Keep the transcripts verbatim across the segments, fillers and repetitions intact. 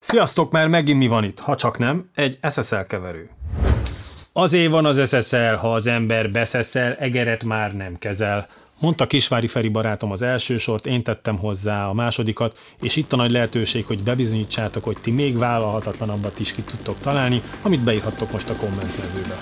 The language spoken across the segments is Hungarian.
Sziasztok, már megint mi van itt? Ha csak nem, egy es es el keverő. Azért van az es es el, ha az ember beszeszel, egeret már nem kezel. Mondta Kisvári Feri barátom az első sort, én tettem hozzá a másodikat, és itt a nagy lehetőség, hogy bebizonyítsátok, hogy ti még vállalhatatlanabbat is ki tudtok találni, amit beírhattok most a kommentmezőbe.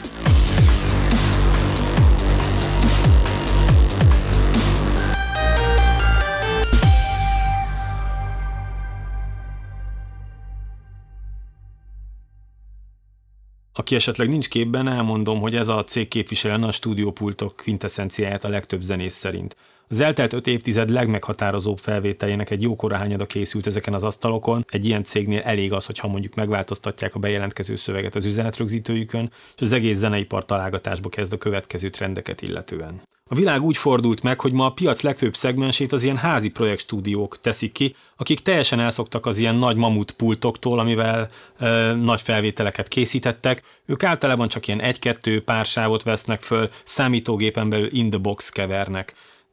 Aki esetleg nincs képben, elmondom, hogy ez a cég képviseli a stúdiópultok kvintesszenciáját a legtöbb zenész szerint. Az eltelt öt évtized legmeghatározóbb felvételének egy jókora hányada készült ezeken az asztalokon. Egy ilyen cégnél elég az, hogyha mondjuk megváltoztatják a bejelentkező szöveget az üzenetrögzítőjükön, és az egész zeneipar találgatásba kezd a következő trendeket illetően. A világ úgy fordult meg, hogy ma a piac legfőbb szegmensét az ilyen házi projektstúdiók teszik ki, akik teljesen elszoktak az ilyen nagy mamut pultoktól, amivel ö, nagy felvételeket készítettek. Ők általában csak ilyen egy-kettő pár sávot vesznek föl, számítógépen belül in the box kevernek.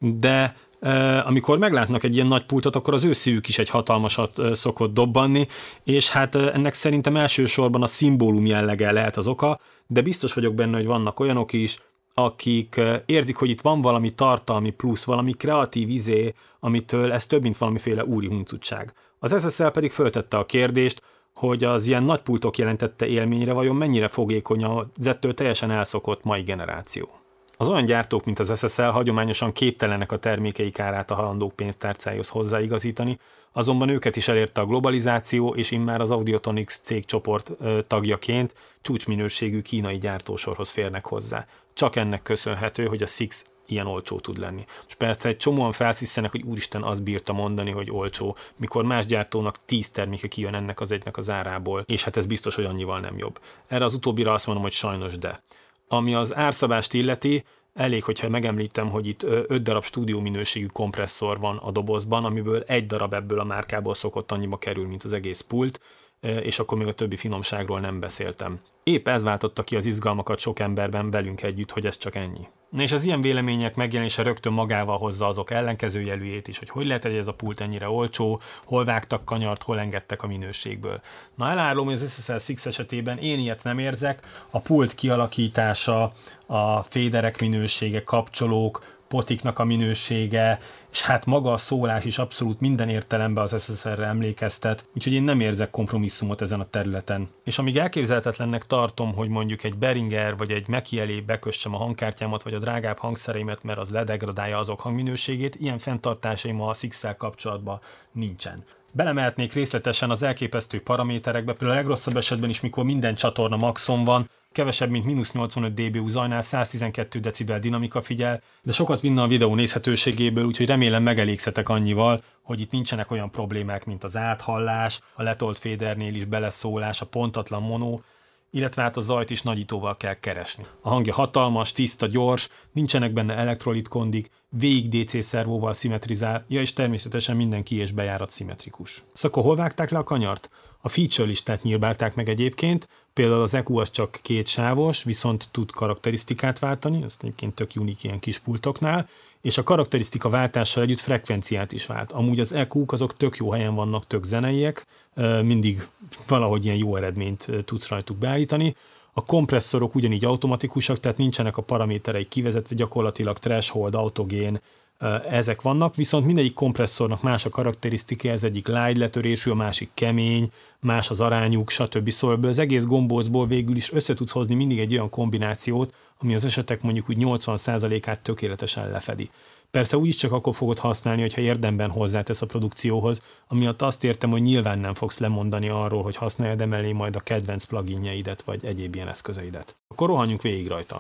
De ö, amikor meglátnak egy ilyen nagy pultot, akkor az ő szívük is egy hatalmasat ö, szokott dobbanni, és hát ö, ennek szerintem elsősorban a szimbólum jellege lehet az oka, de biztos vagyok benne, hogy vannak olyanok is, akik érzik, hogy itt van valami tartalmi plusz, valami kreatív izé, amitől ez több, mint valamiféle úri huncutság. Az es es el pedig föltette a kérdést, hogy az ilyen nagy pultok jelentette élményre vajon mennyire fogékony az ettől teljesen elszokott mai generáció. Az olyan gyártók, mint az es es el hagyományosan képtelenek a termékeik árát a halandók pénztárcájához hozzáigazítani, azonban őket is elérte a globalizáció, és immár az Audiotonix cégcsoport tagjaként csúcsminőségű kínai gyártósorhoz férnek hozzá. Csak ennek köszönhető, hogy a Six ilyen olcsó tud lenni. És persze egy csomóan felszisszenek, hogy úristen, az bírta mondani, hogy olcsó, mikor más gyártónak tíz terméke kijön ennek az egynek az árából, és hát ez biztos, hogy annyival nem jobb. Erre az utóbbira azt mondom, hogy sajnos de. Ami az árszabást illeti, elég, hogyha megemlítem, hogy itt öt darab stúdió minőségű kompresszor van a dobozban, amiből egy darab ebből a márkából szokott annyiba kerül, mint az egész pult, és akkor még a többi finomságról nem beszéltem. Épp ez váltotta ki az izgalmakat sok emberben velünk együtt, hogy ez csak ennyi. Na és az ilyen vélemények megjelenése rögtön magával hozza azok ellenkező jelűjét is, hogy hogy lehet, hogy ez a pult ennyire olcsó, hol vágtak kanyart, hol engedtek a minőségből. Na elárulom, hogy az es es el Six esetében én ilyet nem érzek, a pult kialakítása, a féderek minősége, kapcsolók, potiknak a minősége, és hát maga a szólás is abszolút minden értelemben az es es el-re emlékeztet, úgyhogy én nem érzek kompromisszumot ezen a területen. És amíg elképzelhetetlennek tartom, hogy mondjuk egy Behringer vagy egy Mackie elé bekössem a hangkártyámat vagy a drágább hangszereimet, mert az ledegradálja azok hangminőségét, ilyen fenntartásaim a Six-szel kapcsolatban nincsen. Belemehetnék részletesen az elképesztő paraméterekbe, például a legrosszabb esetben is, mikor minden csatorna maxon van, kevesebb, mint mínusz nyolcvanöt dé bé u zajnál száztizenkettő decibel dinamika figyel, de sokat vinne a videó nézhetőségéből, úgyhogy remélem megelégszetek annyival, hogy itt nincsenek olyan problémák, mint az áthallás, a letolt fédernél is beleszólás, a pontatlan mono, illetve hát a zajt is nagyítóval kell keresni. A hangja hatalmas, tiszta, gyors, nincsenek benne elektrolit kondik, végig dé cé szervóval szimmetrizál, ja és természetesen minden ki- és bejárat szimmetrikus. Szóval hol vágták le a kanyart? A feature listát nyírbálták meg egyébként, például az é kú az csak két sávos, viszont tud karakterisztikát váltani, ez egyébként tök unik ilyen kis pultoknál, és a karakterisztika váltással együtt frekvenciát is vált. Amúgy az é kúk azok tök jó helyen vannak, tök zeneiek, mindig valahogy ilyen jó eredményt tudsz rajtuk beállítani. A kompresszorok ugyanígy automatikusak, tehát nincsenek a paraméterei kivezetve, gyakorlatilag threshold, autogén, ezek vannak, viszont mindegyik kompresszornak más a karakterisztika, ez egyik light letörésű, a másik kemény, más az arányuk, stb. Szóval az egész gombócból végül is össze tudsz hozni mindig egy olyan kombinációt, ami az esetek mondjuk úgy nyolcvan százalékát tökéletesen lefedi. Persze úgyis csak akkor fogod használni, hogyha érdemben hozzátesz a produkcióhoz, amiatt azt értem, hogy nyilván nem fogsz lemondani arról, hogy használjad emellé majd a kedvenc pluginjeidet vagy egyéb ilyen eszközeidet. Akkor rohanjunk végig rajta.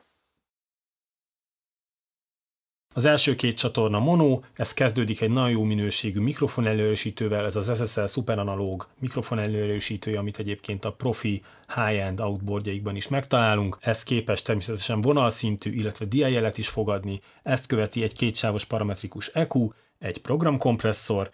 Az első két csatorna mono, ez kezdődik egy nagyon jó minőségű mikrofon előerősítővel, ez az es es el Super Analog mikrofon előerősítője, amit egyébként a profi high-end outboardjaikban is megtalálunk. Ez képes természetesen vonalszintű, illetve diajelet is fogadni, ezt követi egy kétsávos parametrikus é kú, egy programkompresszor,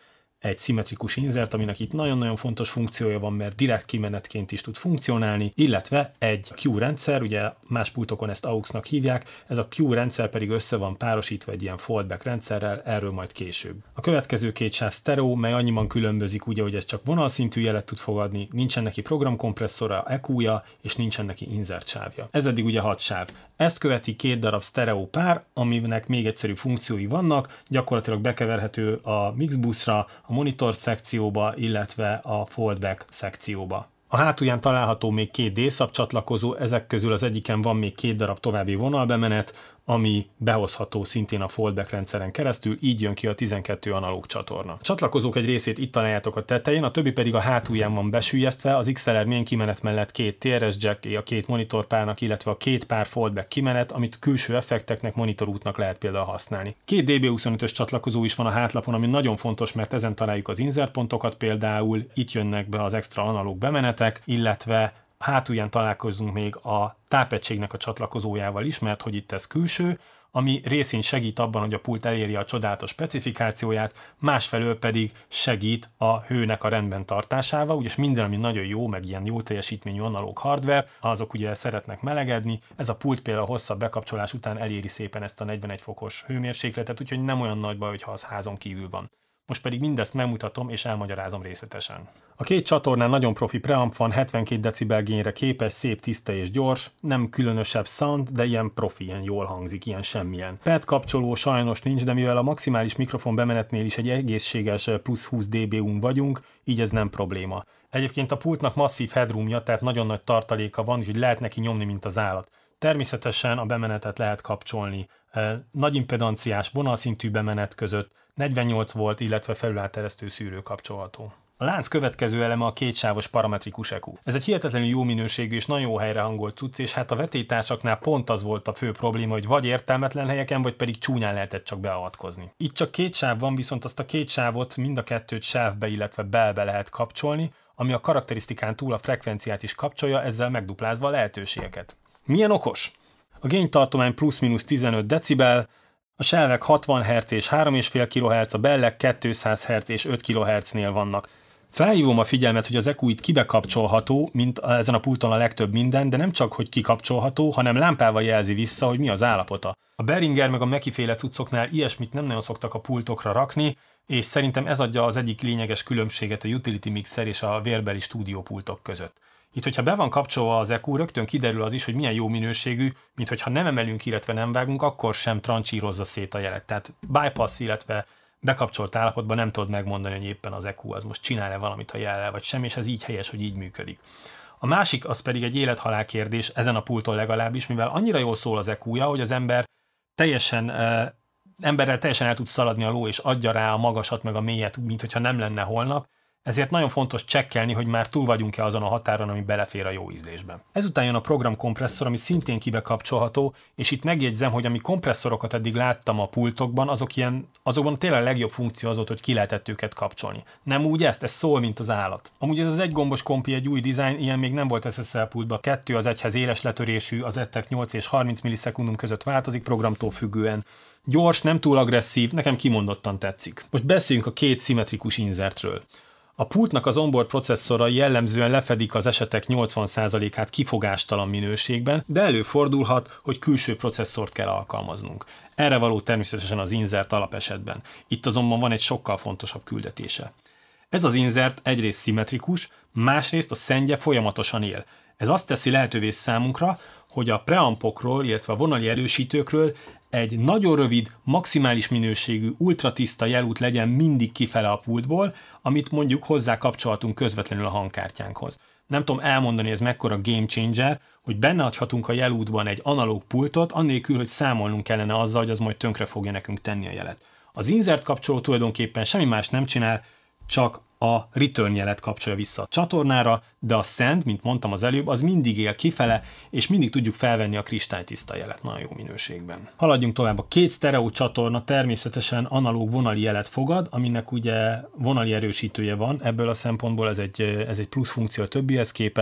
egy szimmetrikus insert, aminek itt nagyon-nagyon fontos funkciója van, mert direkt kimenetként is tud funkcionálni, illetve egy Q rendszer, ugye más pultokon ezt á u x-nak hívják, ez a Q rendszer pedig össze van párosítva egy ilyen fallback rendszerrel, erről majd később. A következő két sáv sztereó, mely annyiban különbözik, ugye, hogy ez csak vonalszintű jelet tud fogadni, nincsen neki programkompresszora, é kú-ja, és nincsen neki insert sávja. Ez eddig ugye hat sáv. Ezt követi két darab sztereó pár, aminek még egyszerű funkciói vannak, gyakorlatilag bekeverhető a mixbuszra, a monitor szekcióba, illetve a foldback szekcióba. A hátulján található még két D-szab csatlakozó, ezek közül az egyiken van még két darab további vonalbemenet, ami behozható szintén a foldback rendszeren keresztül, így jön ki a tizenkettő analóg csatorna. A csatlakozók egy részét itt találjátok a tetején, a többi pedig a hátulján van besüllyesztve, az iksz el er main kimenet mellett két té er es jack, a két monitorpárnak, illetve a két pár foldback kimenet, amit külső effekteknek, monitorútnak lehet például használni. Két dé bé huszonötös csatlakozó is van a hátlapon, ami nagyon fontos, mert ezen találjuk az insert pontokat például, itt jönnek be az extra analóg bemenetek, illetve hátulján találkozunk még a tápegységnek a csatlakozójával is, mert hogy itt ez külső, ami részén segít abban, hogy a pult eléri a csodálatos specifikációját, másfelől pedig segít a hőnek a rendben tartásával, ugyanis minden, ami nagyon jó, meg ilyen jó teljesítményű analóg hardware, azok ugye szeretnek melegedni, ez a pult például hosszabb bekapcsolás után eléri szépen ezt a negyvenegy fokos hőmérsékletet, úgyhogy nem olyan nagy baj, hogyha az házon kívül van. Most pedig mindezt megmutatom és elmagyarázom részletesen. A két csatornán nagyon profi preamp van, hetvenkét decibel gainre képes, szép, tiszta és gyors, nem különösebb sound, de ilyen profi, ilyen jól hangzik, ilyen semmilyen. ped kapcsoló sajnos nincs, de mivel a maximális mikrofon bemenetnél is egy egészséges plusz húsz dé bé un vagyunk, így ez nem probléma. Egyébként a pultnak masszív headroomja, tehát nagyon nagy tartaléka van, úgyhogy lehet neki nyomni, mint az állat. Természetesen a bemenetet lehet kapcsolni nagy impedanciás vonalszintű bemenet között, negyvennyolc volt, illetve felülátteresztő szűrő kapcsolható. A lánc következő eleme a kétsávos parametrikus é kú. Ez egy hihetetlenül jó minőségű és nagyon jó helyre hangolt cucc, és hát a vetélytársaknál pont az volt a fő probléma, hogy vagy értelmetlen helyeken, vagy pedig csúnyán lehetett csak beavatkozni. Itt csak két sáv van, viszont azt a két sávot mind a kettőt sávbe, illetve belbe lehet kapcsolni, ami a karakterisztikán túl a frekvenciát is kapcsolja, ezzel megduplázva a lehetőségeket. Milyen okos? A gain tartomány plusz-minusz tizenöt decibel, a sávek hatvan hertz és három egész öt kilohertz, a bellek kétszáz hertz és öt kilohertznél vannak. Felhívom a figyelmet, hogy az é kú itt kibekapcsolható, mint ezen a pulton a legtöbb minden, de nem csak, hogy kikapcsolható, hanem lámpával jelzi vissza, hogy mi az állapota. A Behringer meg a Mackie féle cuccoknál ilyesmit nem nagyon szoktak a pultokra rakni, és szerintem ez adja az egyik lényeges különbséget a utility mixer és a vérbeli stúdiópultok között. Itt, hogyha be van kapcsolva az é kú, rögtön kiderül az is, hogy milyen jó minőségű, mint hogyha nem emelünk, illetve nem vágunk, akkor sem trancsírozza szét a jelet. Tehát bypass, illetve bekapcsolt állapotban nem tudod megmondani, hogy éppen az é kú az most csinál-e valamit a jellel, vagy sem, és ez így helyes, hogy így működik. A másik az pedig egy élethalál kérdés, ezen a pulton legalábbis, mivel annyira jól szól az é kúja, hogy az ember teljesen, uh, emberrel teljesen el tud szaladni a ló, és adja rá a magasat meg a mélyet, mint hogyha nem lenne holnap. Ezért nagyon fontos csekkelni, hogy már túl vagyunk-e azon a határon, ami belefér a jó ízlésbe. Ezután jön a programkompresszor, ami szintén kibekapcsolható, és itt megjegyzem, hogy ami kompresszorokat eddig láttam a pultokban, azok ilyen, azokban tényleg a legjobb funkció az volt, hogy ki lehetett őket kapcsolni. Nem úgy ezt, ez szól, mint az állat. Amúgy ez az egygombos kompi egy új dizájn, ilyen még nem volt es es el pultban. Kettő az egyhez éles letörésű, az é té e cé nyolc és harminc millisekundum között változik programtól függően. Gyors, nem túl agresszív, nekem kimondottan tetszik. Most beszéljünk a két szimmetrikus insertről. A pultnak az onboard processzorai jellemzően lefedik az esetek nyolcvan százalékát kifogástalan minőségben, de előfordulhat, hogy külső processzort kell alkalmaznunk. Erre való természetesen az insert alapesetben. Itt azonban van egy sokkal fontosabb küldetése. Ez az insert egyrészt szimmetrikus, másrészt a szendje folyamatosan él. Ez azt teszi lehetővé számunkra, hogy a preampokról, illetve a vonali erősítőkről egy nagyon rövid, maximális minőségű, ultratiszta jelút legyen mindig kifele a pultból, amit mondjuk hozzá kapcsolhatunk közvetlenül a hangkártyánkhoz. Nem tudom elmondani, ez mekkora game changer, hogy benne adhatunk a jelútban egy analóg pultot, annélkül, hogy számolnunk kellene azzal, hogy az majd tönkre fogja nekünk tenni a jelet. Az insert kapcsoló tulajdonképpen semmi más nem csinál, csak a return jelet kapcsolja vissza a csatornára, de a send, mint mondtam az előbb, az mindig él kifele, és mindig tudjuk felvenni a kristálytiszta jelet nagyon jó minőségben. Haladjunk tovább. A két sztereó csatorna természetesen analóg vonali jelet fogad, aminek ugye vonali erősítője van, ebből a szempontból ez egy, ez egy plusz funkció a többihez képest.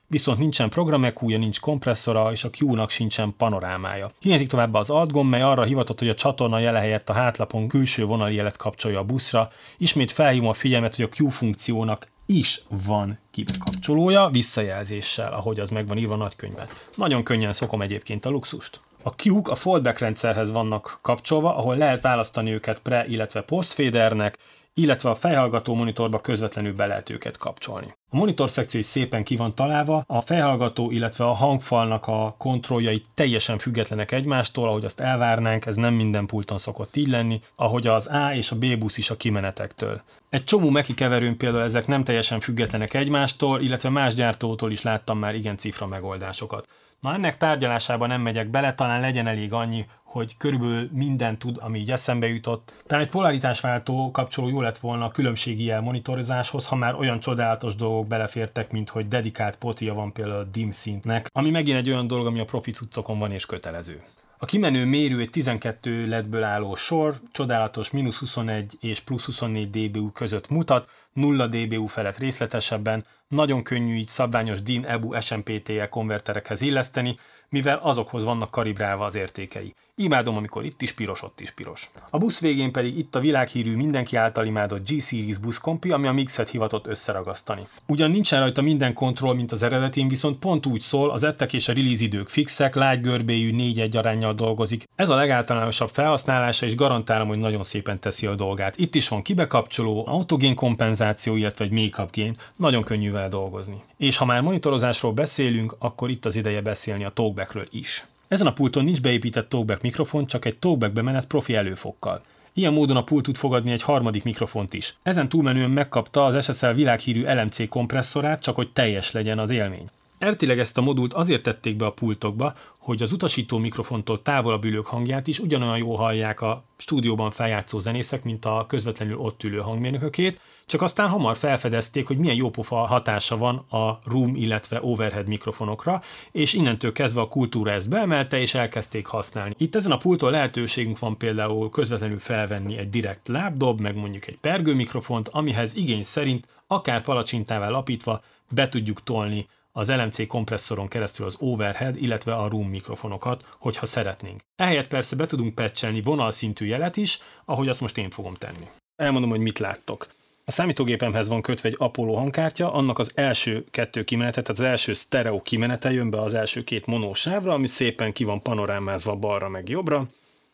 viszont nincsen program é kúja, nincs kompresszora, és a Q-nak sincsen panorámája. Hiányzik továbbá az alt gomb, mely arra hivatott, hogy a csatorna jele helyett a hátlapon külső vonaljelet kapcsolja a buszra. Ismét felhívom a figyelmet, hogy a Q funkciónak is van kibekapcsolója, visszajelzéssel, ahogy az meg van írva a nagykönyvben. Nagyon könnyen szokom egyébként a luxust. A Q-k a foldback rendszerhez vannak kapcsolva, ahol lehet választani őket pre, illetve post-fadernek, illetve a fejhallgató monitorba közvetlenül be lehet őket kapcsolni. A monitor szekció is szépen ki van találva, a fejhallgató, illetve a hangfalnak a kontrolljai teljesen függetlenek egymástól, ahogy azt elvárnánk, ez nem minden pulton szokott így lenni, ahogy az A és a B busz is a kimenetektől. Egy csomó Mackie keverőn például ezek nem teljesen függetlenek egymástól, illetve más gyártótól is láttam már igen cifra megoldásokat. Na, ennek tárgyalásában nem megyek bele, talán legyen elég annyi, hogy körülbelül minden tud, ami így eszembe jutott. Talán egy polaritásváltó kapcsoló jó lett volna a különbségi jel monitorozáshoz, ha már olyan csodálatos dolgok belefértek, mint hogy dedikált potja van például a dim szintnek, ami megint egy olyan dolog, ami a profi cuccokon van és kötelező. A kimenő mérő egy tizenkettő ledből álló sor, csodálatos mínusz huszonegy és plusz huszonnégy dé bé u között mutat, nulla dé bé u felett részletesebben, nagyon könnyű így szabványos din, e bu, es em pé té e konverterekhez illeszteni, mivel azokhoz vannak kalibrálva az értékei. Imádom, amikor itt is piros, ott is piros. A busz végén pedig itt a világhírű, mindenki által imádott G-Series buszkompi, ami a mixet hivatott összeragasztani. Ugyan nincsen rajta minden kontroll, mint az eredetén, viszont pont úgy szól, az ettek és a release idők fixek, lágy görbéjű négy egy aránnyal dolgozik. Ez a legáltalánosabb felhasználása, és garantálom, hogy nagyon szépen teszi a dolgát. Itt is van kibekapcsoló, autogén kompenzáció, illetve egy make-up gain, nagyon könnyű vele dolgozni. És ha már monitorozásról beszélünk, akkor itt az ideje beszélni a talkbackről is. Ezen a pulton nincs beépített talkback mikrofon, csak egy talkback bemenet profi előfokkal. Ilyen módon a pult tud fogadni egy harmadik mikrofont is. Ezen túlmenően megkapta az es es el világhírű el em cé kompresszorát, csak hogy teljes legyen az élmény. Eredetileg ezt a modult azért tették be a pultokba, hogy az utasító mikrofontól távolabb ülők hangját is ugyanolyan jól hallják a stúdióban feljátszó zenészek, mint a közvetlenül ott ülő hangmérnökökét, csak aztán hamar felfedezték, hogy milyen jópofa hatása van a room, illetve overhead mikrofonokra, és innentől kezdve a kultúra ezt beemelte, és elkezdték használni. Itt ezen a pulton lehetőségünk van például közvetlenül felvenni egy direkt lábdob, meg mondjuk egy pergő mikrofont, amihez igény szerint, akár palacsintával lapítva be tudjuk tolni az el em cé kompresszoron keresztül az overhead, illetve a room mikrofonokat, hogyha szeretnénk. Ehelyett persze be tudunk patchelni vonalszintű jelet is, ahogy azt most én fogom tenni. Elmondom, hogy mit láttok. A számítógépemhez van kötve egy Apollo hangkártya, annak az első kettő kimenete, tehát az első sztereó kimenete jön be az első két monósávra, ami szépen ki van panorámázva balra meg jobbra.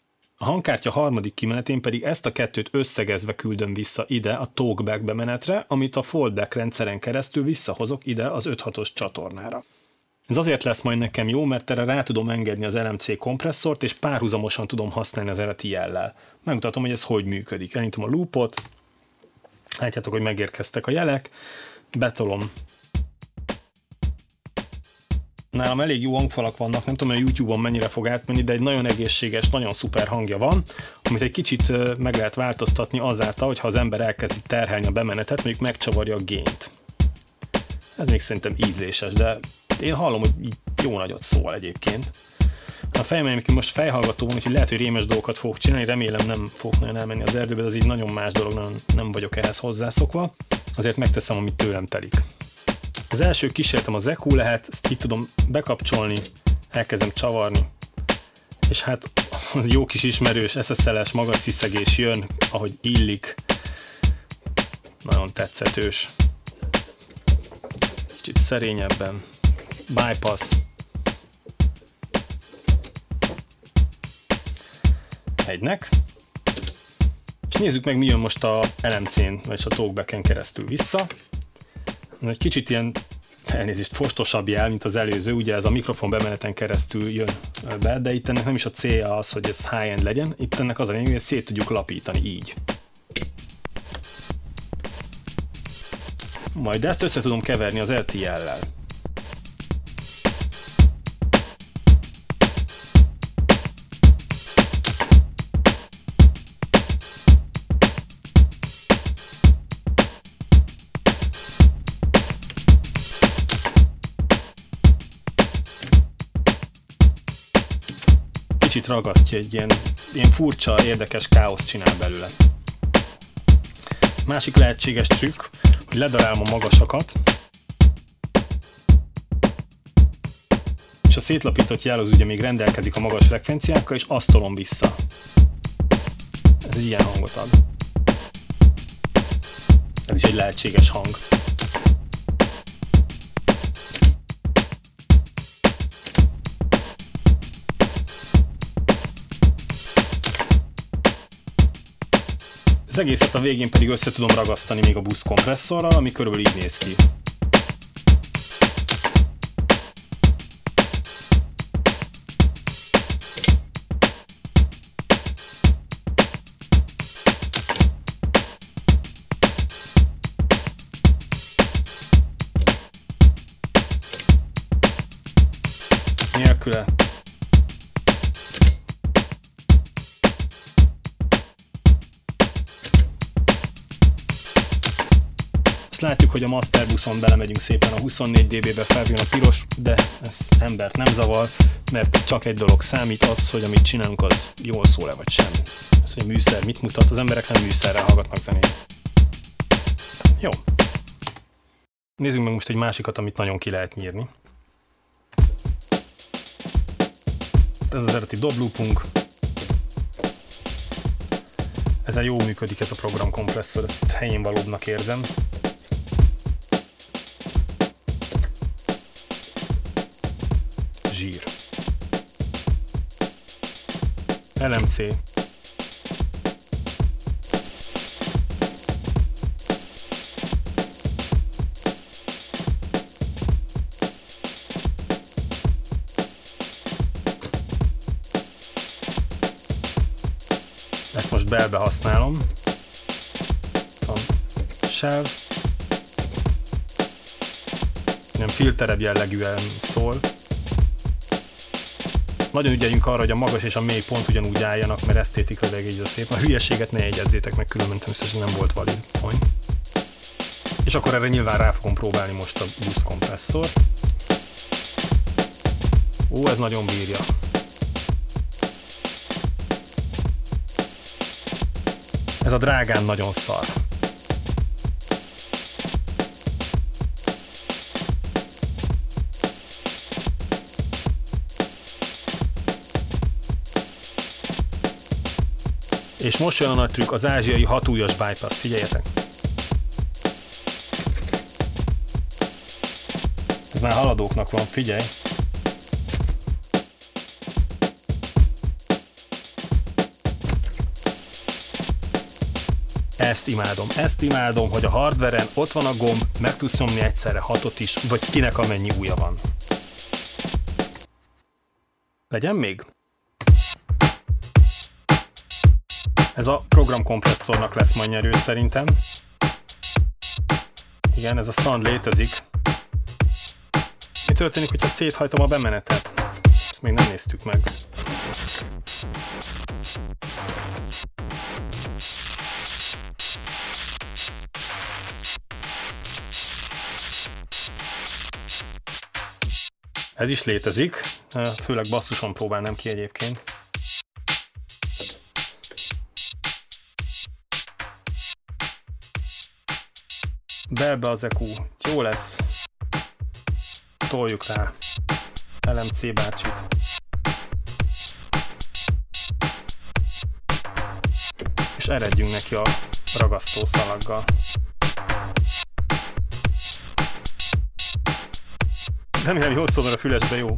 A hangkártya harmadik kimenetén pedig ezt a kettőt összegezve küldöm vissza ide a talkback bemenetre, amit a foldback rendszeren keresztül visszahozok ide az öt hatos csatornára. Ez azért lesz majd nekem jó, mert erre rá tudom engedni az el em cé kompresszort, és párhuzamosan tudom használni az eredeti jellel. Megmutatom, hogy ez hogy működik. Elindítom a loopot, látjátok, hogy megérkeztek a jelek, betolom. Nálam elég jó hangfalak vannak, nem tudom, hogy a YouTube-on mennyire fog átmenni, de egy nagyon egészséges, nagyon szuper hangja van, amit egy kicsit meg lehet változtatni azáltal, hogyha az ember elkezdi terhelni a bemenetet, mondjuk megcsavarja a gaint. Ez még szerintem ízléses, de én hallom, hogy jó nagyot szól egyébként. A fejemben amikor most fejhallgató van, úgyhogy lehet, hogy rémes dolgokat fogok csinálni, remélem nem fogok nagyon elmenni az erdőbe, de az így nagyon más dolog, nagyon nem vagyok ehhez hozzászokva, azért megteszem, amit tőlem telik. Az első kísérletem az e kú lehet, ezt így tudom bekapcsolni, elkezdem csavarni, és hát az jó kis ismerős es es el-es magas sziszegés jön, ahogy illik, nagyon tetszetős, kicsit szerényebben, bypass, egynek, és nézzük meg, mi jön most a el em cén, vagy a talkbacken keresztül vissza. Egy kicsit ilyen, elnézést, fostosabb jel, mint az előző, ugye ez a mikrofon bemeneten keresztül jön be, de itt ennek nem is a célja az, hogy ez high-end legyen, itt ennek az a lényeg, hogy ezt szét tudjuk lapítani így. Majd ezt össze tudom keverni az el té jellel. Kicsit ragasztja, egy ilyen, ilyen furcsa, érdekes káoszt csinál belőle. Másik lehetséges trükk, hogy ledarálom a magasakat, És a szétlapított jel az ugye még rendelkezik a magas frekvenciákkal, és azt tolom vissza. Ez egy ilyen hangot ad. Ez is egy lehetséges hang. Az egészet a végén pedig össze tudom ragasztani még a busz kompresszorral, ami körülbelül így néz ki. Nélküle. Látjuk, hogy a master buszon belemegyünk szépen a huszonnégy dB-be, feljön a piros, de ez embert nem zavar, mert csak egy dolog számít, az, hogy amit csinálunk, az jól szól-e vagy sem. Ez, hogy műszer mit mutat, az emberek nem műszerrel hallgatnak zenét. Jó. Nézzünk meg most egy másikat, amit nagyon ki lehet nyírni. Ez az eredeti dobloopunk. Ezen jó működik ez a program kompresszor, ezt helyén valóbbnak érzem. Zsír. el em cé. Ezt most belbe használom. A shelf. Nem filterebb jellegűen szól. Nagyon ügyeljünk arra, hogy a magas és a mély pont ugyanúgy álljanak, mert esztétikailag így a szép. A hülyeséget ne jegyezzétek meg, különben természetesen nem volt valid point. És akkor erre nyilván rá fogom próbálni most a busz kompresszor. Ó, ez nagyon bírja. Ez a drágán nagyon szar. És most jön a nagy trükk, az ázsiai hatújas bypass, figyeljetek! Ez már haladóknak van, figyelj! Ezt imádom, ezt imádom, hogy a hardveren ott van a gomb, meg tudsz nyomni egyszerre hatot is, vagy kinek amennyi ujja van. Legyen még? Ez a program kompresszornak lesz majd nyerő szerintem. Igen, ez a sound létezik. Mi történik, hogyha széthajtom a bemenetet? Ezt még nem néztük meg. Ez is létezik, főleg basszuson próbálnám ki egyébként. Belbe az é kú, jó lesz. Toljuk rá el em cé bácsit. És eredjünk neki a ragasztószalaggal. Remélem jól szól, mert a fülesbe jó.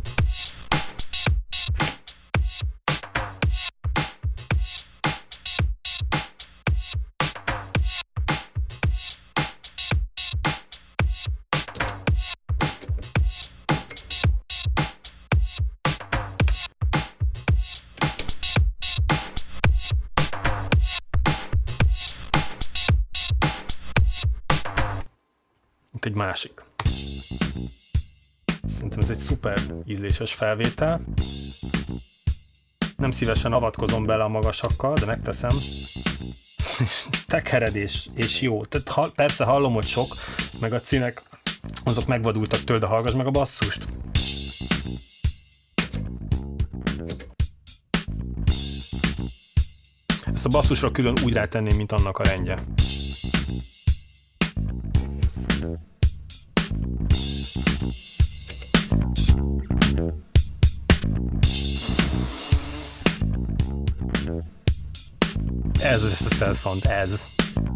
Itt egy másik. Szerintem ez egy szuper ízléses felvétel. Nem szívesen avatkozom bele a magasakkal, de megteszem. Tekeredés és jó. Tehát ha, persze hallom, hogy sok, meg a cinek azok megvadultak tőle, de hallgass meg a basszust. Ezt a basszusra külön úgy rátenném, mint annak a rendje. ez az es es el Sound, ez.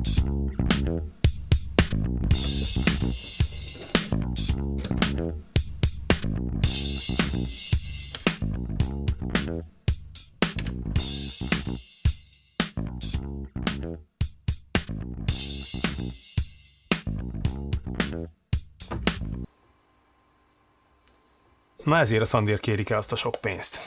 Na ezért a Sandért kérik el azt a sok pénzt.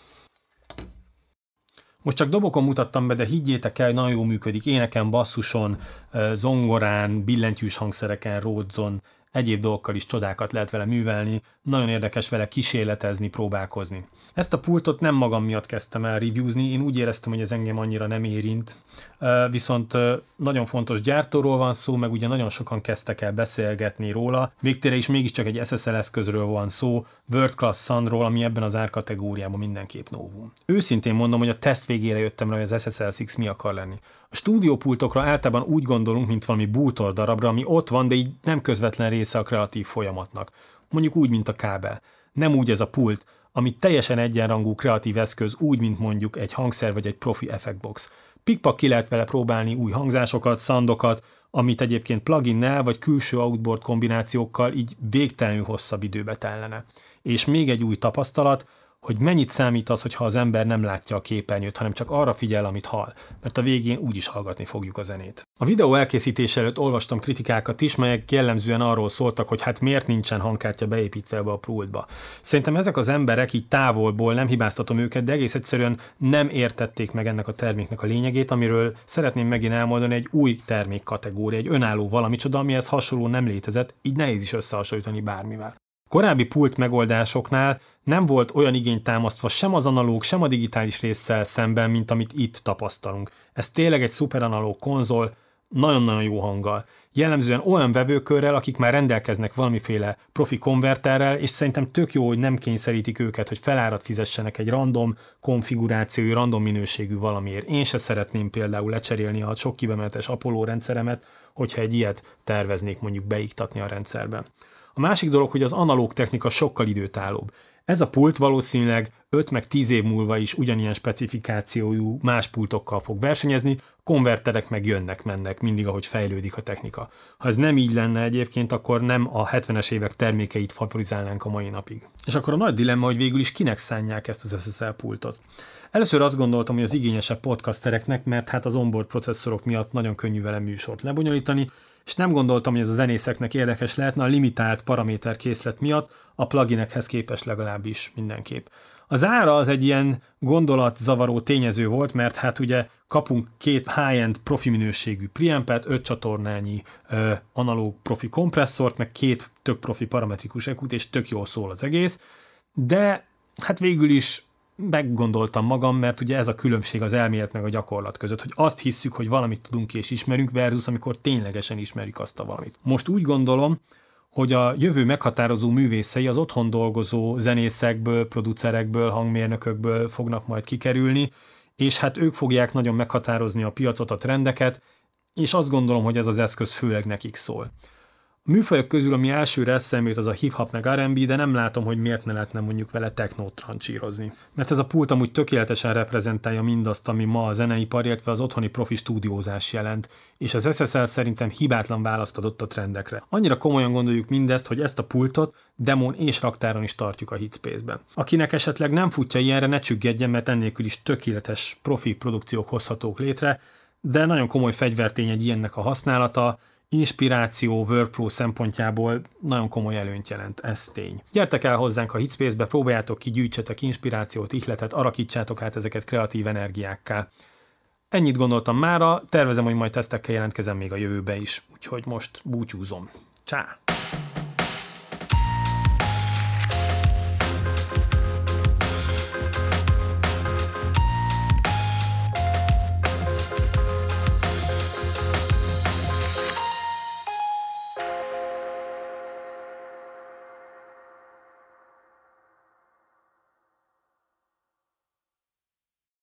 Most csak dobokon mutattam be, de higgyétek el, nagyon jól működik. Éneken, basszuson, zongorán, billentyűs hangszereken, Rhodeson, egyéb dolgokkal is csodákat lehet vele művelni. Nagyon érdekes vele kísérletezni, próbálkozni. Ezt a pultot nem magam miatt kezdtem el reviewzni, én úgy éreztem, hogy ez engem annyira nem érint. Viszont nagyon fontos gyártóról van szó, meg ugye nagyon sokan kezdtek el beszélgetni róla. Végtére is mégiscsak egy es es el eszközről van szó, World Class Soundról, ami ebben az árkategóriában mindenképp novum. Őszintén mondom, hogy a teszt végére jöttem rá, hogy az es es el hat mi akar lenni. A stúdiópultokra általában úgy gondolunk, mint valami bútor darabra, ami ott van, de így nem közvetlen része a kreatív folyamatnak. Mondjuk úgy, mint a kábel. Nem úgy ez a pult, ami teljesen egyenrangú kreatív eszköz, úgy, mint mondjuk egy hangszer vagy egy profi effektbox. Pikpak ki lehet vele próbálni új hangzásokat, soundokat, amit egyébként pluginnel vagy külső outboard kombinációkkal így végtelenül hosszabb időbe tellene. És még egy új tapasztalat, hogy mennyit számít az, hogyha az ember nem látja a képernyőt, hanem csak arra figyel, amit hall, mert a végén úgyis hallgatni fogjuk a zenét. A videó elkészítése előtt olvastam kritikákat is, melyek jellemzően arról szóltak, hogy hát miért nincsen hangkártya beépítve ebbe a pultba. Szerintem ezek az emberek így távolból, nem hibáztatom őket, de egész egyszerűen nem értették meg ennek a terméknek a lényegét, amiről szeretném megint elmondani, egy új termékkategória, egy önálló valamicsoda, amihez hasonló nem létezett, így nehéz is összehasonlítani bármivel. Korábbi pult megoldásoknál nem volt olyan igény támasztva sem az analóg, sem a digitális résszel szemben, mint amit itt tapasztalunk. Ez tényleg egy szuper analóg konzol, nagyon-nagyon jó hanggal. Jellemzően olyan vevőkörrel, akik már rendelkeznek valamiféle profi konverterrel, és szerintem tök jó, hogy nem kényszerítik őket, hogy felárat fizessenek egy random konfigurációjú, random minőségű valamiért. Én se szeretném például lecserélni a sok kibemenetes Apollo rendszeremet, hogyha egy ilyet terveznék mondjuk beiktatni a rendszerben. A másik dolog, hogy az analóg technika sokkal időtállóbb. Ez a pult valószínűleg öt meg tíz év múlva is ugyanilyen specifikációjú más pultokkal fog versenyezni, konverterek meg jönnek-mennek mindig, ahogy fejlődik a technika. Ha ez nem így lenne egyébként, akkor nem a hetvenes évek termékeit favorizálnánk a mai napig. És akkor a nagy dilemma, hogy végül is kinek szánják ezt az es es el pultot. Először azt gondoltam, hogy az igényesebb podcastereknek, mert hát az onboard processzorok miatt nagyon könnyű vele műsort lebonyolítani, és nem gondoltam, hogy ez a zenészeknek érdekes lehetne a limitált paraméter készlet miatt, a pluginekhez képest legalábbis mindenképp. Az ára az egy ilyen gondolatzavaró tényező volt, mert hát ugye kapunk két high-end profi minőségű preampet, öt csatornányi ö, analóg profi kompresszort, meg két tök profi parametrikus é kút, és tök jól szól az egész, de hát végül is meggondoltam magam, mert ugye ez a különbség az elmélet meg a gyakorlat között, hogy azt hisszük, hogy valamit tudunk és ismerünk, versus amikor ténylegesen ismerjük azt a valamit. Most úgy gondolom, hogy a jövő meghatározó művészei az otthon dolgozó zenészekből, producerekből, hangmérnökökből fognak majd kikerülni, és hát ők fogják nagyon meghatározni a piacot, a trendeket, és azt gondolom, hogy ez az eszköz főleg nekik szól. A műfajok közül, ami elsőre eszembe jut, az a hip-hop meg er and bé, de nem látom, hogy miért ne lehetne mondjuk vele technót trancsírozni. Mert ez a pult amúgy tökéletesen reprezentálja mindazt, ami ma a zeneipar, illetve az otthoni profi stúdiózás jelent, és az es es el szerintem hibátlan választ adott a trendekre. Annyira komolyan gondoljuk mindezt, hogy ezt a pultot demón és raktáron is tartjuk a Hitspace-ben. Akinek esetleg nem futja ilyenre, ne csüggedjen, mert ennélkül is tökéletes profi produkciók hozhatók létre, de nagyon komoly fegyvertény egy ilyennek a használata, inspiráció, workflow szempontjából nagyon komoly előnyt jelent, ez tény. Gyertek el hozzánk a Hitspace-be, próbáljátok ki, gyűjtsetek inspirációt, ihletet, alakítsátok át ezeket kreatív energiákká. Ennyit gondoltam mára, tervezem, hogy majd tesztekkel jelentkezem még a jövőbe is, úgyhogy most búcsúzom. Csá!